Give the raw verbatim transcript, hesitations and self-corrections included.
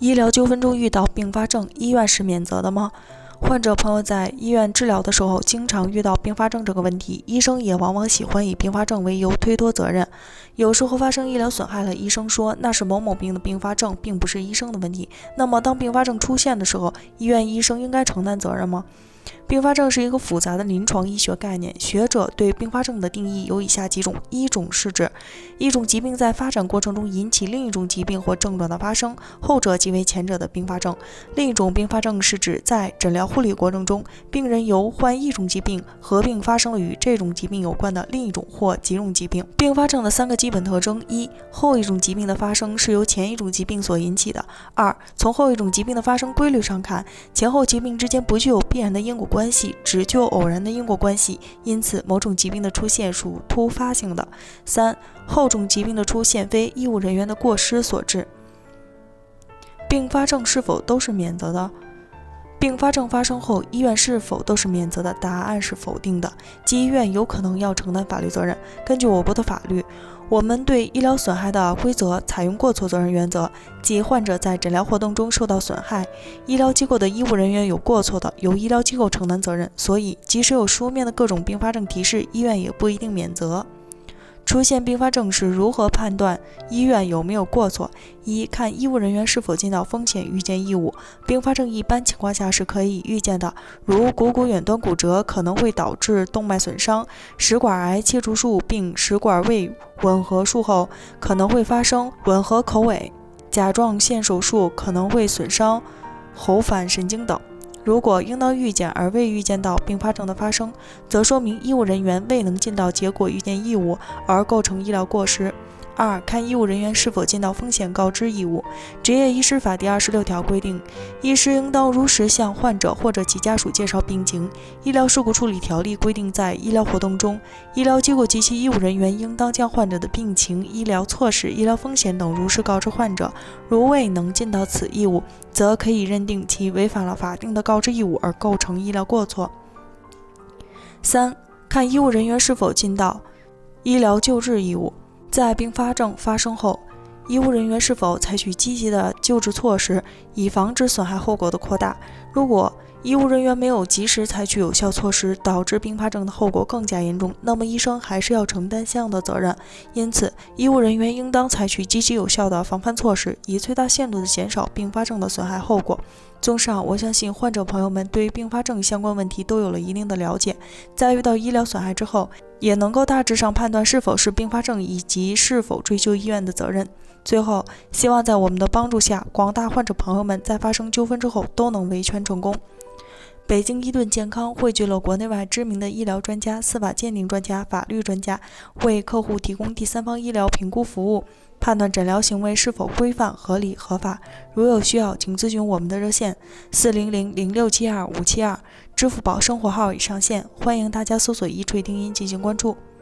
医疗纠纷中遇到并发症，医院是免责的吗？患者朋友在医院治疗的时候，经常遇到并发症这个问题，医生也往往喜欢以并发症为由推脱责任。有时候发生医疗损害了，医生说那是某某病的并发症，并不是医生的问题。那么当并发症出现的时候，医院医生应该承担责任吗？并发症是一个复杂的临床医学概念，学者对并发症的定义有以下几种：一种是指一种疾病在发展过程中引起另一种疾病或症状的发生，后者即为前者的并发症；另一种并发症是指在诊疗护理过程中，病人由患一种疾病合并发生了与这种疾病有关的另一种或几种疾病。并发症的三个基本特征：一、后一种疾病的发生是由前一种疾病所引起的；二、从后一种疾病的发生规律上看，前后疾病之间不具有必然的因果关系，只具有偶然的因果关系，因此某种疾病的出现属突发性的；三、后种疾病的出现非医务人员的过失所致。并发症是否都是免责的？并发症发生后，医院是否都是免责的？答案是否定的，即医院有可能要承担法律责任。根据我国的法律，我们对医疗损害的规则采用过错责任原则，即患者在诊疗活动中受到损害，医疗机构的医务人员有过错的，由医疗机构承担责任。所以，即使有书面的各种并发症提示，医院也不一定免责。出现并发症时如何判断医院有没有过错？一、看医务人员是否尽到风险预见义务。并发症一般情况下是可以预见的，如股骨远端骨折可能会导致动脉损伤，食管癌切除术并食管胃吻合术后可能会发生吻合口尾，甲状腺手术可能会损伤喉返神经等。如果应当预见而未预见到并发症的发生，则说明医务人员未能尽到结果预见义务而构成医疗过失。二、看医务人员是否尽到风险告知义务。职业医师法第二十六条规定，医师应当如实向患者或者其家属介绍病情。医疗事故处理条例规定，在医疗活动中，医疗机构及其医务人员应当将患者的病情、医疗措施、医疗风险等如实告知患者。如未能尽到此义务，则可以认定其违反了法定的告知义务而构成医疗过错。三、看医务人员是否尽到医疗救治义务。在并发症发生后，医务人员是否采取积极的救治措施，以防止损害后果的扩大？如果医务人员没有及时采取有效措施，导致并发症的后果更加严重，那么医生还是要承担相应的责任。因此，医务人员应当采取积极有效的防范措施，以最大限度地减少并发症的损害后果。综上，我相信患者朋友们对并发症相关问题都有了一定的了解，在遇到医疗损害之后，也能够大致上判断是否是并发症以及是否追究医院的责任。最后，希望在我们的帮助下，广大患者朋友们在发生纠纷之后都能维权成功。北京伊顿健康汇聚了国内外知名的医疗专家、司法鉴定专家、法律专家，为客户提供第三方医疗评估服务，判断诊疗行为是否规范、合理、合法。如有需要，请咨询我们的热线四零零零六七二五七二，支付宝生活号已上线，欢迎大家搜索一锤定音进行关注。